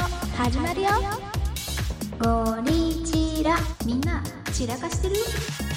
始まるよ。ゴリチラ、みんな散らかしてる？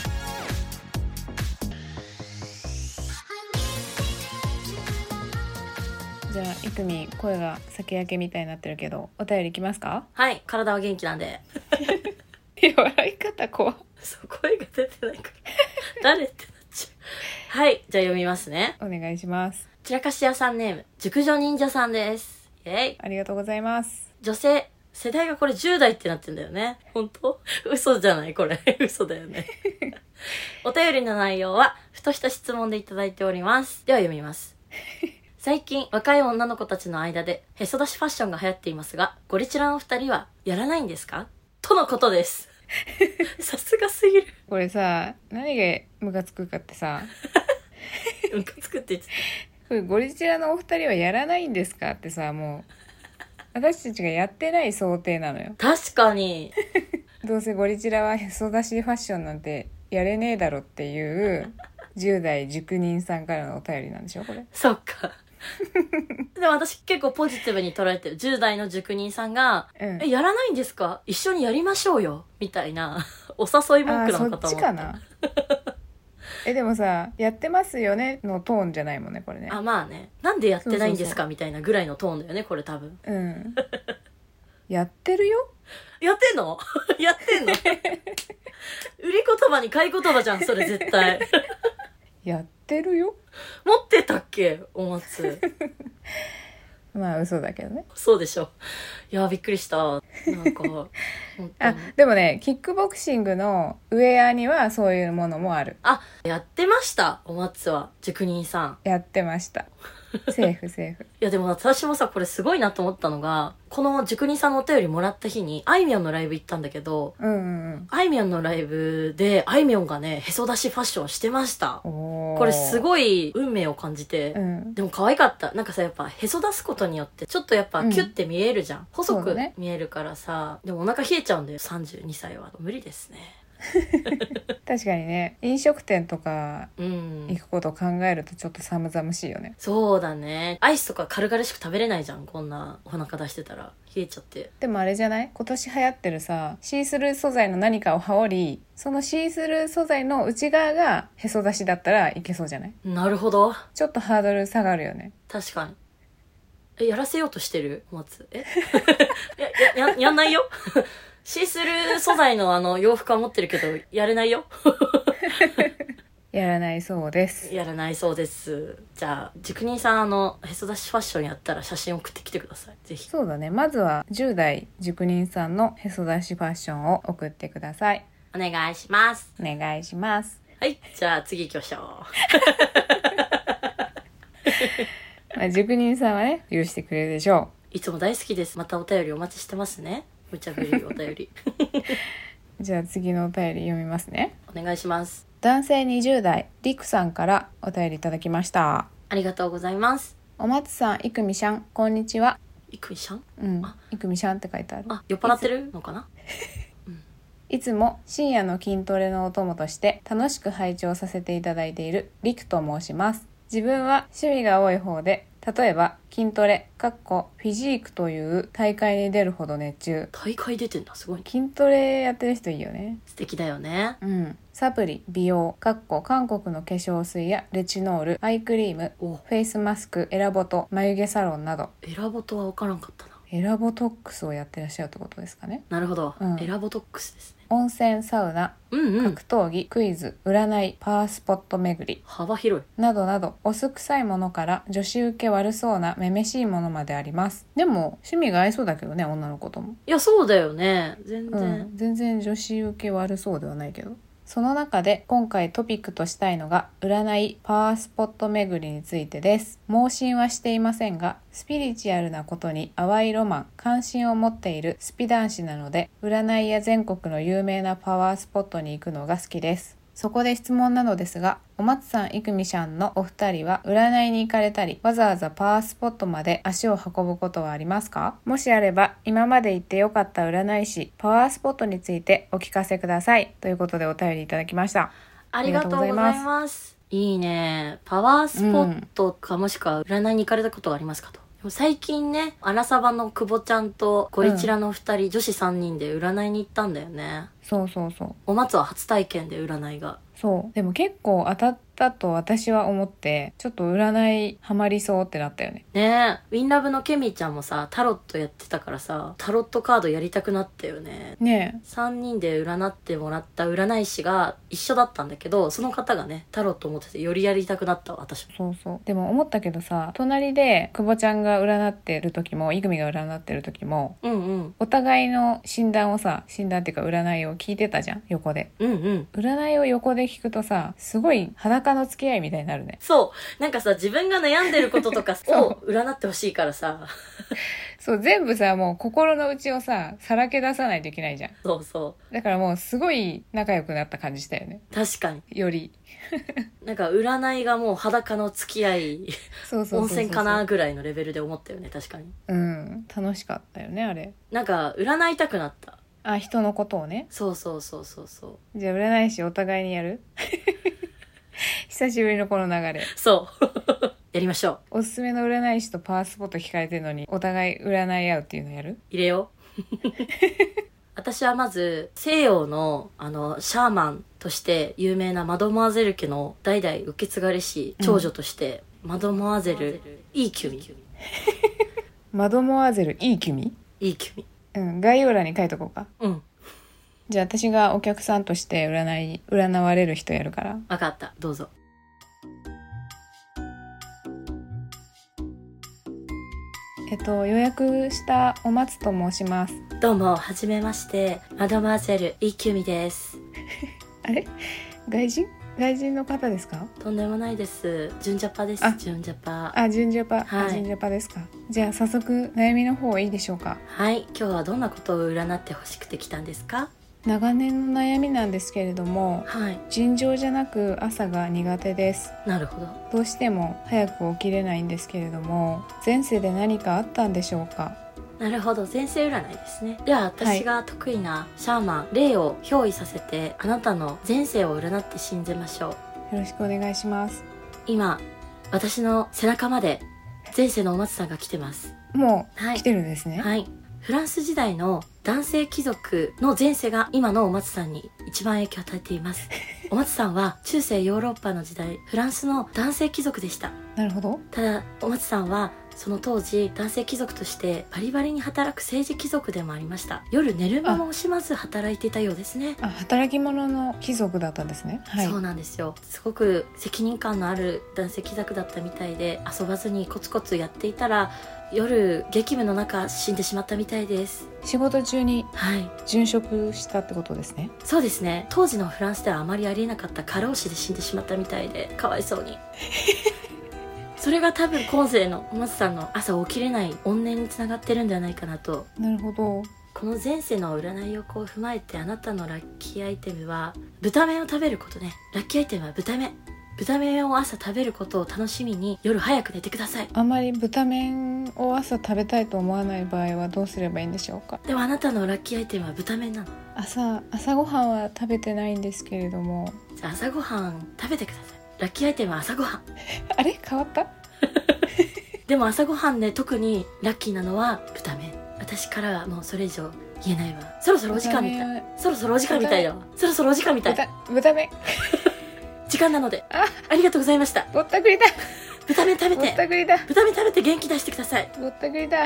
じゃあいくみ声が酒焼けみたいになってるけどお便りいきますか？ はい、体は元気なんで。 笑い方怖。 そう、声が出てないから誰ってなっちゃう。はい、じゃあ読みますね。 お願いします。 散らかし屋さんネーム、熟女忍者さんです。イェイ。 ありがとうございます。 女性、世代がこれ10代ってなってんだよね。本当？嘘じゃないこれ。嘘だよね。お便りの内容は、ふとした質問でいただいております。では読みます。最近、若い女の子たちの間で、へそ出しファッションが流行っていますが、ゴリチラの二人はやらないんですか？とのことです。さすがすぎる。 これさ、何がムカつくかってさ、 ムカつくって言ってた。 これゴリチラのお二人はやらないんですかってさ、もう私たちがやってない想定なのよ。 確かに。 どうせゴリチラはへそ出しファッションなんてやれねえだろっていう10代熟人さんからのお便りなんでしょこれ。 そっか。でも私結構ポジティブに捉えてる。10代の熟人さんが、やらないんですか？一緒にやりましょうよみたいなお誘い文句なのかと思った。 そっちかな。でもさ、やってますよねのトーンじゃないもんねこれね。 あ、まあね。なんでやってないんですかみたいなぐらいのトーンだよねこれ多分。 やってるよ。 やってんの？やってんの？売り言葉に買い言葉じゃんそれ絶対。 やってるよ。 持ってたっけお松。 まあ嘘だけどね。 そうでしょ。いやびっくりした。なんかでもね、キックボクシングのウェアにはそういうものもある。 あ、やってましたお松は熟人さん。 やってました。セーフセーフ。 いやでも私もさこれすごいなと思ったのが、この熟人さんのお便りもらった日にあいみょんのライブ行ったんだけど、あいみょんのライブであいみょんがねへそ出しファッションしてました。これすごい運命を感じて、でも可愛かった。なんかさやっぱへそ出すことによってちょっとやっぱキュッて見えるじゃん、細く見えるからさ。でもお腹冷えちゃうんで32歳は無理ですね。 確かにね、飲食店とか行くことを考えるとちょっと寒々しいよね。 そうだね。アイスとか軽々しく食べれないじゃん、こんなお腹出してたら冷えちゃって。 でもあれじゃない？今年流行ってるさ、シースルー素材の何かを羽織り、そのシースルー素材の内側がへそ出しだったらいけそうじゃない？ なるほど。 ちょっとハードル下がるよね。 確かに。やらせようとしてる松。やんないよ。シースルー素材の洋服は持ってるけどやれないよ。 やらないそうです。 やらないそうです。じゃあ熟人さんへそ出しファッションやったら写真送ってきてくださいぜひ。 そうだね、まずは10代熟人さんのへそ出しファッションを送ってください。 お願いします。 お願いします。 はい、じゃあ次行きましょう。まあ、熟人さんはね許してくれるでしょう。いつも大好きです。またお便りお待ちしてますね。無茶ぶりお便り。 じゃあ次のお便り読みますね。 お願いします。 男性20代りくさんからお便りいただきました。 ありがとうございます。 お松さん、いくみしゃん、こんにちは。 いくみしゃん？ いくみしゃんって書いてある。 酔っ払ってるのかな？ いつも深夜の筋トレのお供として楽しく拝聴させていただいているりくと申します。自分は趣味が多い方で、例えば筋トレフィジークという大会に出るほど熱中。 大会出てんだ、すごい。 筋トレやってる人いいよね。 素敵だよね。 サプリ、美容韓国の化粧水やレチノール、アイクリーム、フェイスマスク、エラボト、眉毛サロンなど。 エラボトは分からんかったな。 エラボトックスをやってらっしゃるってことですかね。 なるほど、エラボトックスですね。 温泉、サウナ、格闘技、クイズ、占い、パワースポット巡り、 幅広いなどなど、お酢臭いものから女子受け悪そうなめめしいものまであります。でも趣味が合いそうだけどね、女の子とも。 いやそうだよね。全然女子受け悪そうではないけど。その中で今回トピックとしたいのが占い、パワースポット巡りについてです。盲信はしていませんが、スピリチュアルなことに淡いロマン、関心を持っているスピ男子なので、占いや全国の有名なパワースポットに行くのが好きです。そこで質問なのですが、お松さん、いくみしゃんのお二人は占いに行かれたり、わざわざパワースポットまで足を運ぶことはありますか？もしあれば、今まで行ってよかった占い師、パワースポットについてお聞かせください。ということでお便りいただきました。 ありがとうございます。いいね。パワースポットかもしくは占いに行かれたことはありますかと。 最近ね、アラサバの久保ちゃんとゴリチラの2人、女子3人で占いに行ったんだよね。 そうそうそう。 お松は初体験で占いが。 そう。でも結構当たったと私は思って、ちょっと占いハマりそうってなったよね。 ねえ、ウィンラブのケミちゃんもさ、タロットやってたからさ、タロットカードやりたくなったよね。 ねえ。 3人で占ってもらった占い師が一緒だったんだけど、その方がね、タロット持っててよりやりたくなったわ、私も。 そうそう。でも思ったけどさ、隣で久保ちゃんが占ってる時も、イグミが占ってる時も、 うんうん。 お互いの診断っていうか占いを聞いてたじゃん、横で。 うんうん。 占いを横で聞くとさ、すごい裸の付き合いみたいになるね。 そう。なんかさ、自分が悩んでることとかを占ってほしいからさ。 そう、全部さ、もう心の内をさ、さらけ出さないといけないじゃん。 そうそだからもうすごい仲良くなった感じしたよね。 う。確かに。 より。 なんか占いがもう裸の付き合い、 そうそうそうそう。 温泉かなぐらいのレベルで思ったよね、確かに。 うん。楽しかったよね、あれ。 なんか、占いたくなった。 あ、人のことをね。 そうそうそうそうそう。 じゃあ占い師お互いにやる久しぶりのこの流れ。 そう。やりましょう。 おすすめの占い師とパワースポット聞かれてるのに、お互い占い合うっていうのやる？ 入れよう。私はまず、西洋の、シャーマンとして有名なマドモアゼル家の代々受け継がれし長女として、マドモアゼル、いいキュミ。 マドモアゼル、いいキュミ？ いいキュミ。 うん、概要欄に書いとこうか。 うん。 じゃあ私がお客さんとして占われる人やるから。 わかった。どうぞ。 予約したお松と申します。 どうも、はじめまして。マドモアゼル、いいキュミです。 あれ？外人の方ですか？ とんでもないです。純ジャパです。純ジャパ。 純ジャパ。 はい。 純ジャパですか。じゃあ早速悩みの方いいでしょうか？ はい。今日はどんなことを占ってほしくて来たんですか？ 長年の悩みなんですけれども、 はい、 尋常じゃなく朝が苦手です。 なるほど。 どうしても早く起きれないんですけれども、前世で何かあったんでしょうか？ なるほど、前世占いですね。では私が得意なシャーマン、霊を憑依させてあなたの前世を占って信じましょう。よろしくお願いします。 今私の背中まで前世のお松さんが来てます。 もう来てるんですね。 はい、フランス時代の男性貴族の前世が今のお松さんに一番影響を与えています。お松さんは中世ヨーロッパの時代、フランスの男性貴族でした。 なるほど。 ただお松さんはその当時男性貴族としてバリバリに働く政治貴族でもありました。夜寝る間も惜しまず働いていたようですね。 働き者の貴族だったんですね。はい、 そうなんですよ。すごく責任感のある男性貴族だったみたいで、遊ばずにコツコツやっていたら夜激務の中死んでしまったみたいです。 仕事中にはい殉職したってことですね。 そうですね。当時のフランスではあまりありえなかった過労死で死んでしまったみたいで、かわいそうに。それが多分今世のお松さんの朝起きれない怨念につながってるんではないかなと。 なるほど。 この前世の占いをこう踏まえて、あなたのラッキーアイテムは豚麺を食べることね。ラッキーアイテムは豚麺を朝食べることを楽しみに夜早く寝てください。 あんまり豚麺を朝食べたいと思わない場合はどうすればいいんでしょうか？ でもあなたのラッキーアイテムは豚麺なの。 朝ごはんは食べてないんですけれども。 じゃあ朝ごはん食べてください。ラッキーアイテムは朝ごはん。 あれ変わったでも朝ごはんで特にラッキーなのは豚麺。私からはもうそれ以上言えないわ。そろそろお時間みたい。そろそろお時間みたいだわ。そろそろお時間みたい。 豚麺時間なので。ありがとうございました。 ぼったくりだ。 豚麺食べて。 ぼったくりだ。 豚麺食べて元気出してください。 ぼったくりだ。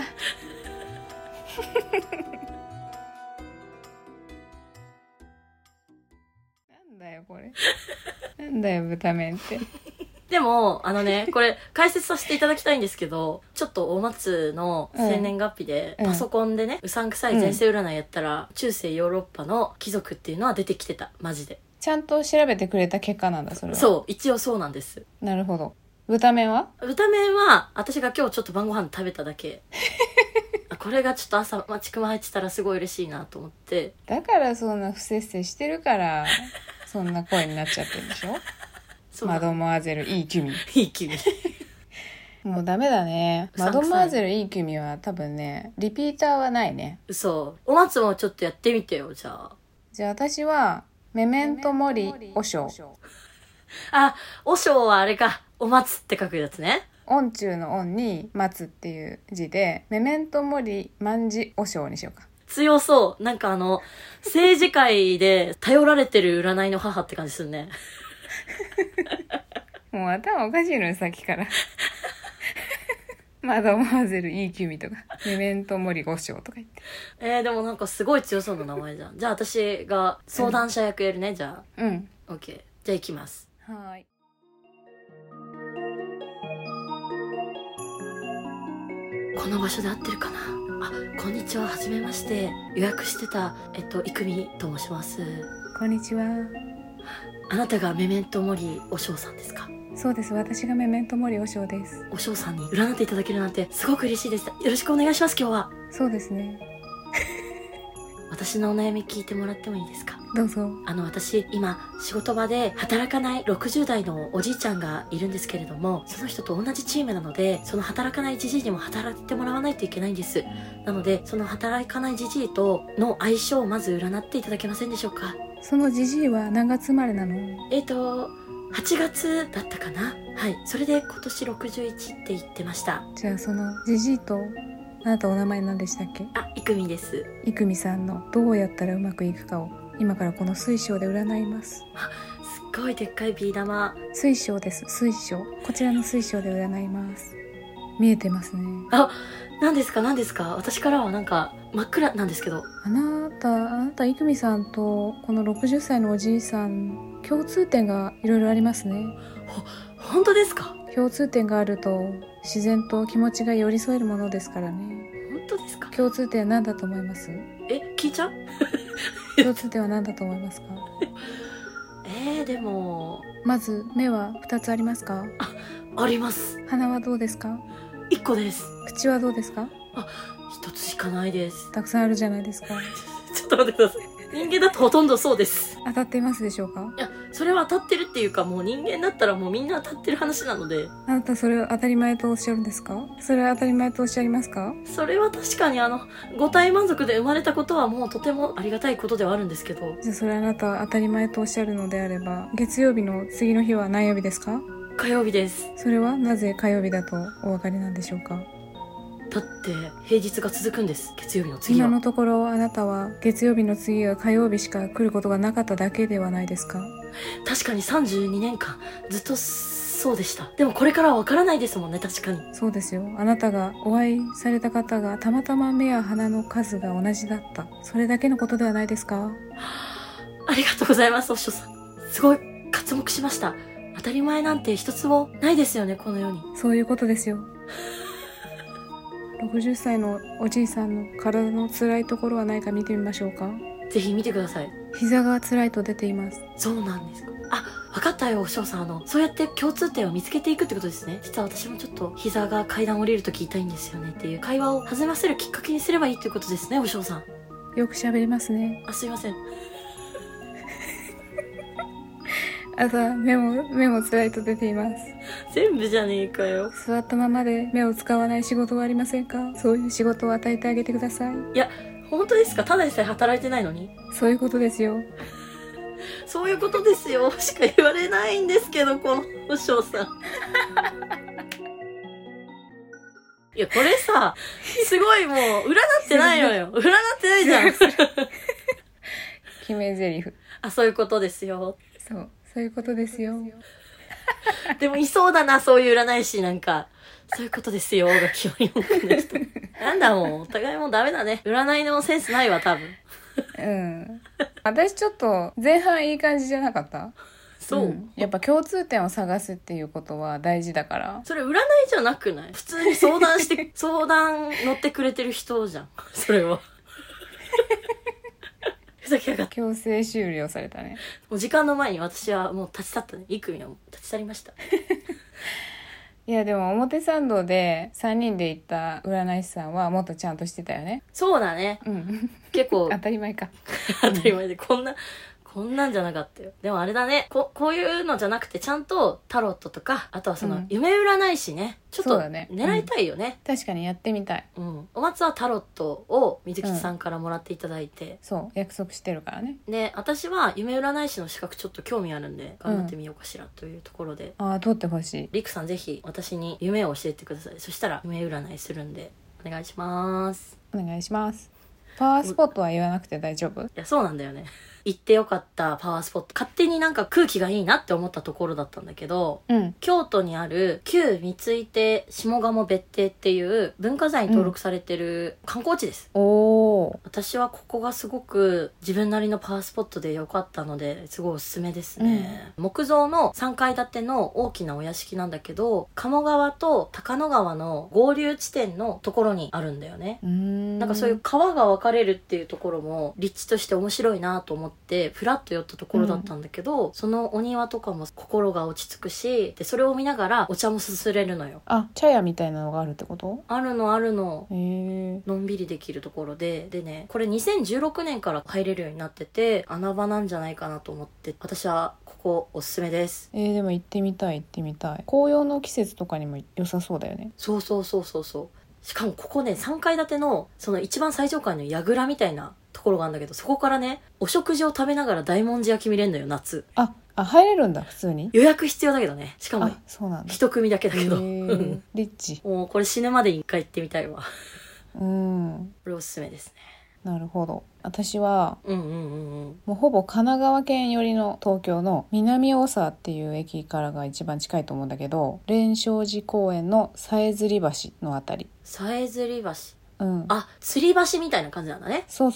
なんだよこれ。なんだよ豚麺って。 でもこれ解説させていただきたいんですけど、ちょっとお松の生年月日でパソコンでね、うさんくさい前世占いやったら、中世ヨーロッパの貴族っていうのは出てきてた。マジでちゃんと調べてくれた結果なんだそれは。 そう、一応そうなんです。 なるほど。豚麺は私が今日ちょっと晩ご飯食べただけ。これがちょっと朝ちくま入ってたらすごい嬉しいなと思って。 だからそんな不摂生してるからそんな声になっちゃってるんでしょ。マドモアゼルいいキュミ。 いいキュミ。もうダメだね。マドモアゼルいいキュミは多分ね、リピーターはないね。 嘘。お松もちょっとやってみてよ、じゃあ。 じゃあ私はメメントモリオショウ。 あ、オショウはあれか。お松って書くやつね。 音中の音に待つっていう字で、メメントモリ万事和尚にしようか。 強そう。なんか政治界で頼られてる占いの母って感じするね。 もう頭おかしいのよ、さっきから。マドモアゼルイーキュミとか、メメントモリ和尚とか言って。 でもなんかすごい強そうな名前じゃん。じゃあ私が相談者役やるね、じゃあ。 うん。 オッケー。じゃあ行きます。 はい。 この場所で合ってるかな。こんにちは、はじめまして。予約してた、いくみと申します。 こんにちは。 あなたがメメントモリ和尚さんですか？ そうです。私がメメントモリ和尚です。 和尚さんに占っていただけるなんてすごく嬉しいです。よろしくお願いします、今日は。 そうですね。 私のお悩み聞いてもらってもいいですか？ どうぞ。 私今仕事場で働かない60代のおじいちゃんがいるんですけれども、その人と同じチームなので、その働かないじじいにも働いてもらわないといけないんです。なのでその働かないじじいとの相性をまず占っていただけませんでしょうか？ そのじじいは何月生まれなの ？8月だったかな。はい。それで今年61って言ってました。 じゃあそのじじいとあなたお名前何でしたっけ？ いくみです。 いくみさんのどうやったらうまくいくかを今からこの水晶で占います。 すっごいでっかいビー玉。 水晶です。水晶。こちらの水晶で占います。見えてますね。 何ですか何ですか？私からはなんか真っ暗なんですけど。 あなたいくみさんとこの60歳のおじいさん、共通点がいろいろありますね。 本当ですか？ 共通点があると自然と気持ちが寄り添えるものですからね。 本当ですか？ 共通点は何だと思います？ 聞いちゃう？ 共通点は何だと思いますか？ でもまず目は2つありますか？ あります。 鼻はどうですか ？1個です。 口はどうですか ？1つしかないです。 たくさんあるじゃないですか。 ちょっと待ってください。人間だとほとんどそうです。 当たっていますでしょうか？ いや、それは当たってるっていうか、もう人間だったらもうみんな当たってる話なので。 あなたそれを当たり前とおっしゃるんですか？それは当たり前とおっしゃいますか？ それは確かに五体満足で生まれたことはもうとてもありがたいことではあるんですけど。 じゃあそれあなたは当たり前とおっしゃるのであれば、月曜日の次の日は何曜日ですか？ 火曜日です。 それはなぜ火曜日だとお分かりなんでしょうか？ だって平日が続くんです。月曜日の次は。 今のところあなたは月曜日の次が火曜日しか来ることがなかっただけではないですか？ 確かに32年間ずっとそうでした。でもこれからは分からないですもんね。確かにそうですよ。あなたがお会いされた方がたまたま目や鼻の数が同じだった、それだけのことではないですか？ ありがとうございます、お師匠さん。すごい刮目しました。当たり前なんて一つもないですよね、この世に。 そういうことですよ。60歳のおじいさんの体の辛いところはないか見てみましょうか？ ぜひ見てください。 膝が辛いと出ています。 そうなんですか。分かったよ、お師匠さん。そうやって共通点を見つけていくってことですね。実は私もちょっと膝が階段降りるとき痛いんですよねっていう会話を弾ませるきっかけにすればいいっていうことですね、お師匠さん。 よく喋りますね。 すいません。 あとは目も辛いと出ています。 全部じゃねえかよ。 座ったままで目を使わない仕事はありませんか？そういう仕事を与えてあげてください。 いや、本当ですか？ただでさえ働いてないのに。 そういうことですよ。 そういうことですよしか言われないんですけど、このお師匠さん。いや、これさ、すごいもう、占ってないのよ。占ってないじゃん。 決め台詞。 そういうことですよ。 そういうことですよ。 でもいそうだな、そういう占い師なんか。そういうことですよが決まり文句の人。なんだもう、お互いもうダメだね。占いのセンスないわ、多分。 私ちょっと前半いい感じじゃなかった？ そう、 やっぱ共通点を探すっていうことは大事だから。 それ占いじゃなくない？普通に相談乗ってくれてる人じゃん。それは。ふざけやがって。 強制終了されたね。 もう時間の前に私はもう立ち去ったね。いくみはもう立ち去りました。 いやでも表参道で3人で行った占い師さんはもっとちゃんとしてたよね。 そうだね。 うん。 結構当たり前か。 当たり前で、こんなこんなんじゃなかったよ。でもあれだね、こういうのじゃなくてちゃんとタロットとか、あとはその夢占い師ね、ちょっと狙いたいよね。 確かにやってみたい。 お松はタロットを水木さんからもらっていただいて、 そう約束してるからね。 で私は夢占い師の資格ちょっと興味あるんで頑張ってみようかしらというところで、 取ってほしい。 りくさんぜひ私に夢を教えてください。そしたら夢占いするんでお願いします。 お願いします。パワースポットは言わなくて大丈夫？ いやそうなんだよね。行ってよかったパワースポット、勝手になんか空気がいいなって思ったところだったんだけど、京都にある旧三井邸下鴨別邸っていう文化財に登録されてる観光地です。私はここがすごく自分なりのパワースポットでよかったのですごいおすすめですね。木造の3階建ての大きなお屋敷なんだけど、鴨川と高野川の合流地点のところにあるんだよね。なんかそういう川が分かれるっていうところも立地として面白いなと思ってフラッと寄ったところだったんだけど、そのお庭とかも心が落ち着くし、でそれを見ながらお茶もすすれるのよ。 茶屋みたいなのがあるってこと？ あるのあるの。のんびりできるところでね、これ2016年から入れるようになってて穴場なんじゃないかなと思って、私はここおすすめです。 でも行ってみたい。紅葉の季節とかにも良さそうだよね。 そう。しかもここね、3階建てのその一番最上階の櫓みたいなところがあるんだけど、そこからねお食事を食べながら大文字焼き見れるのよ、夏。 入れるんだ。普通に予約必要だけどね。しかもそうなんだ、 一組だけだけどリッチ。 もうこれ死ぬまでに一回行ってみたいわこれおすすめですね。 なるほど。私は、 もうほぼ神奈川県寄りの東京の南大沢っていう駅からが一番近いと思うんだけど、蓮生寺公園のさえずり橋のあたり。 さえずり橋、吊り橋みたいな感じなんだね。 そう。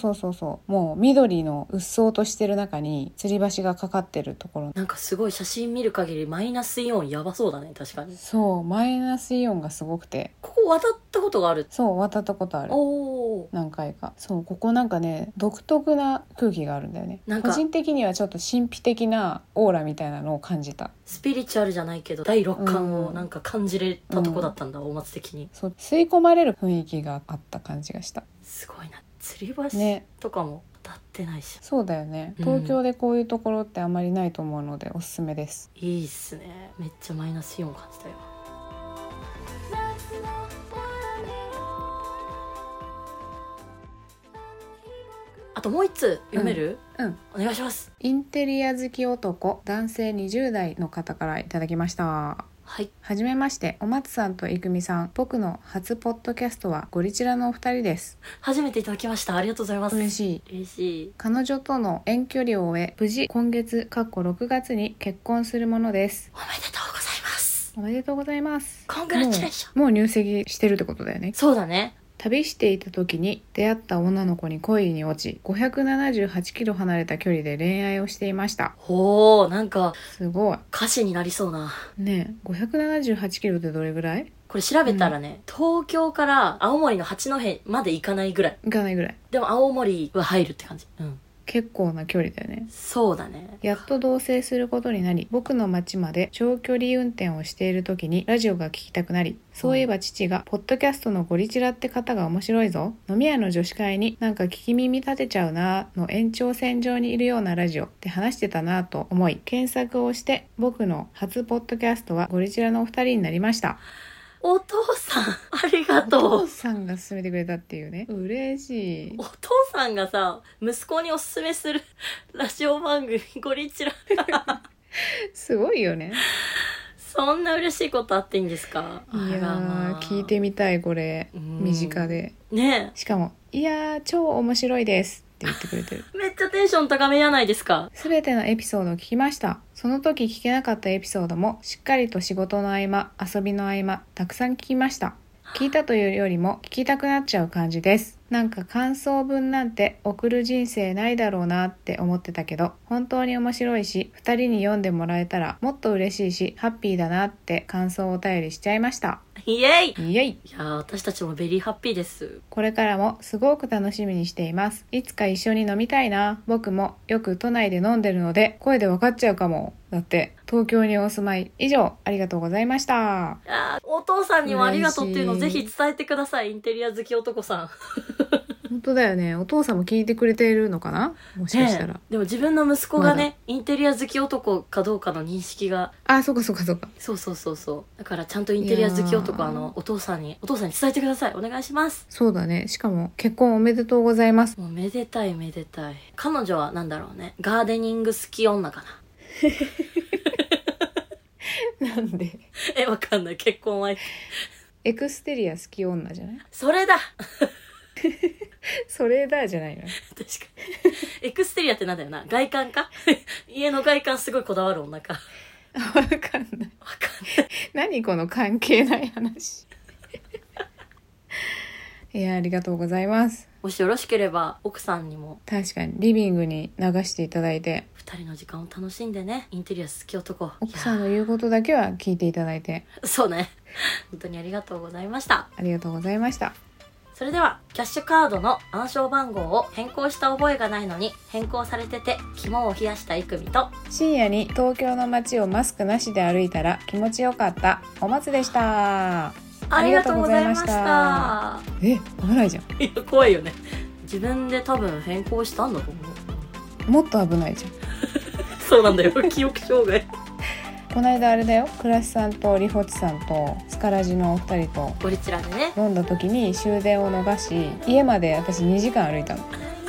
もう緑のうっそうとしてる中に吊り橋がかかってるところ。 なんかすごい写真見る限りマイナスイオンやばそうだね。確かに。 そう、マイナスイオンがすごくて。 ここ渡ったことがある？ そう、渡ったことある。何回か。そう、ここなんかね独特な空気があるんだよね。個人的にはちょっと神秘的なオーラみたいなのを感じた。 スピリチュアルじゃないけど第六感をなんか感じれたとこだったんだ、大松的に。 そう、吸い込まれる雰囲気があった感じがした。 すごいな。吊り橋とかも立ってないし、 そうだよね。東京でこういうところってあまりないと思うのでおすすめです。 いいっすね。めっちゃマイナスイオン感じたよ。あともう一つ読める？お願いします。 インテリア好き男、男性20代の方からいただきました。はじめまして、お松さんといくみさん。僕の初ポッドキャストはゴリチラのお二人です。 初めていただきました。ありがとうございます。 嬉しい。彼女との遠距離を終え、無事今月6月に結婚するものです。 おめでとうございます。 おめでとうございます。 コングラチュレーション。 もう入籍してるってことだよね。 そうだね。 旅していた時に出会った女の子に恋に落ち、578キロ離れた距離で恋愛をしていました。 なんかすごい歌詞になりそうなね。578キロってどれぐらい？ これ調べたらね、東京から青森の八戸まで行かないぐらい。でも青森は入るって感じ。 結構な距離だよね。 そうだね。 やっと同棲することになり、僕の町まで長距離運転をしている時にラジオが聞きたくなり、そういえば父がポッドキャストのゴリチラって方が面白いぞ、飲み屋の女子会になんか聞き耳立てちゃうなの延長線上にいるようなラジオって話してたなと思い検索をして、僕の初ポッドキャストはゴリチラのお二人になりました。 お父さんありがとう。 お父さんが勧めてくれたっていうね。嬉しい。 お父さんがさ、息子におすすめするラジオ番組ゴリチラすごいよね。 そんな嬉しいことあっていいんですか？ いや聞いてみたい。これ身近でね。 しかもいや超面白いですって言ってくれてる。 めっちゃテンション高めじゃないですか。 すべてのエピソードを聞きました。その時聞けなかったエピソードもしっかりと仕事の合間、遊びの合間、たくさん聞きました。聞いたというよりも聞きたくなっちゃう感じです。なんか感想文なんて送る人生ないだろうなって思ってたけど、本当に面白いし、2人に読んでもらえたらもっと嬉しいし、ハッピーだなって感想をお便りしちゃいました。 イエイ。 いや私たちもベリーハッピーです。 これからもすごく楽しみにしています。いつか一緒に飲みたいな。僕もよく都内で飲んでるので声で分かっちゃうかも。だって東京にお住まい。以上ありがとうございました。 お父さんにもありがとうっていうのをぜひ伝えてください。インテリア好き男さん本当だよね。お父さんも聞いてくれているのかな、もしかしたら、 ね、でも自分の息子がね、 まインテリア好き男かどうかの認識が、 あ、そうかそうかそうか。 そうだからちゃんとインテリア好き男お父さんに伝えてください。お願いします。 そうだね。しかも結婚おめでとうございます。 もうめでたい。彼女はなんだろうね、ガーデニング好き女かななんでわかんない。結婚はエクステリア好き女じゃない？ それだそれだじゃないの。 確かにエクステリアってなんだよな、外観か家の外観すごいこだわる女か。 わかんない何この関係ない話いや、ありがとうございます。 もしよろしければ奥さんにも、 確かにリビングに流していただいて、 2人の時間を楽しんでね。インテリア好き男、 奥さんの言うことだけは聞いていただいて。 そうね本当にありがとうございました。 ありがとうございました。 それではキャッシュカードの暗証番号を変更した覚えがないのに変更されてて肝を冷やしたイクミと、 深夜に東京の街をマスクなしで歩いたら気持ちよかったお松でした。 ありがとうございました。 危ないじゃん。 いや怖いよね。自分で多分変更したんだと思う。もっと危ないじゃんそうなんだよ記憶障害この間あれだよ、クラシさんとリホチさんとスカラジのお二人とゴリチラでね飲んだ時に終電を逃し、家まで私2時間歩いたの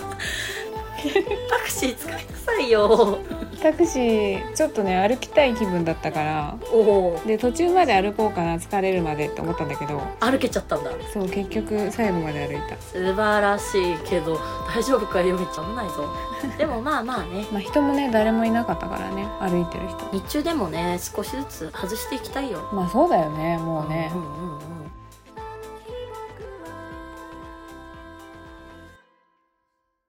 タクシー使いなさいよ。 タクシーちょっとね歩きたい気分だったから、で途中まで歩こうかな、疲れるまでって思ったんだけど歩けちゃったんだ。 そう結局最後まで歩いた。 素晴らしいけど大丈夫かよみちゃん、ないぞでもまあねまあ人もね誰もいなかったからね、歩いてる人。 日中でもね少しずつ外していきたいよ。 まあそうだよね、もうね、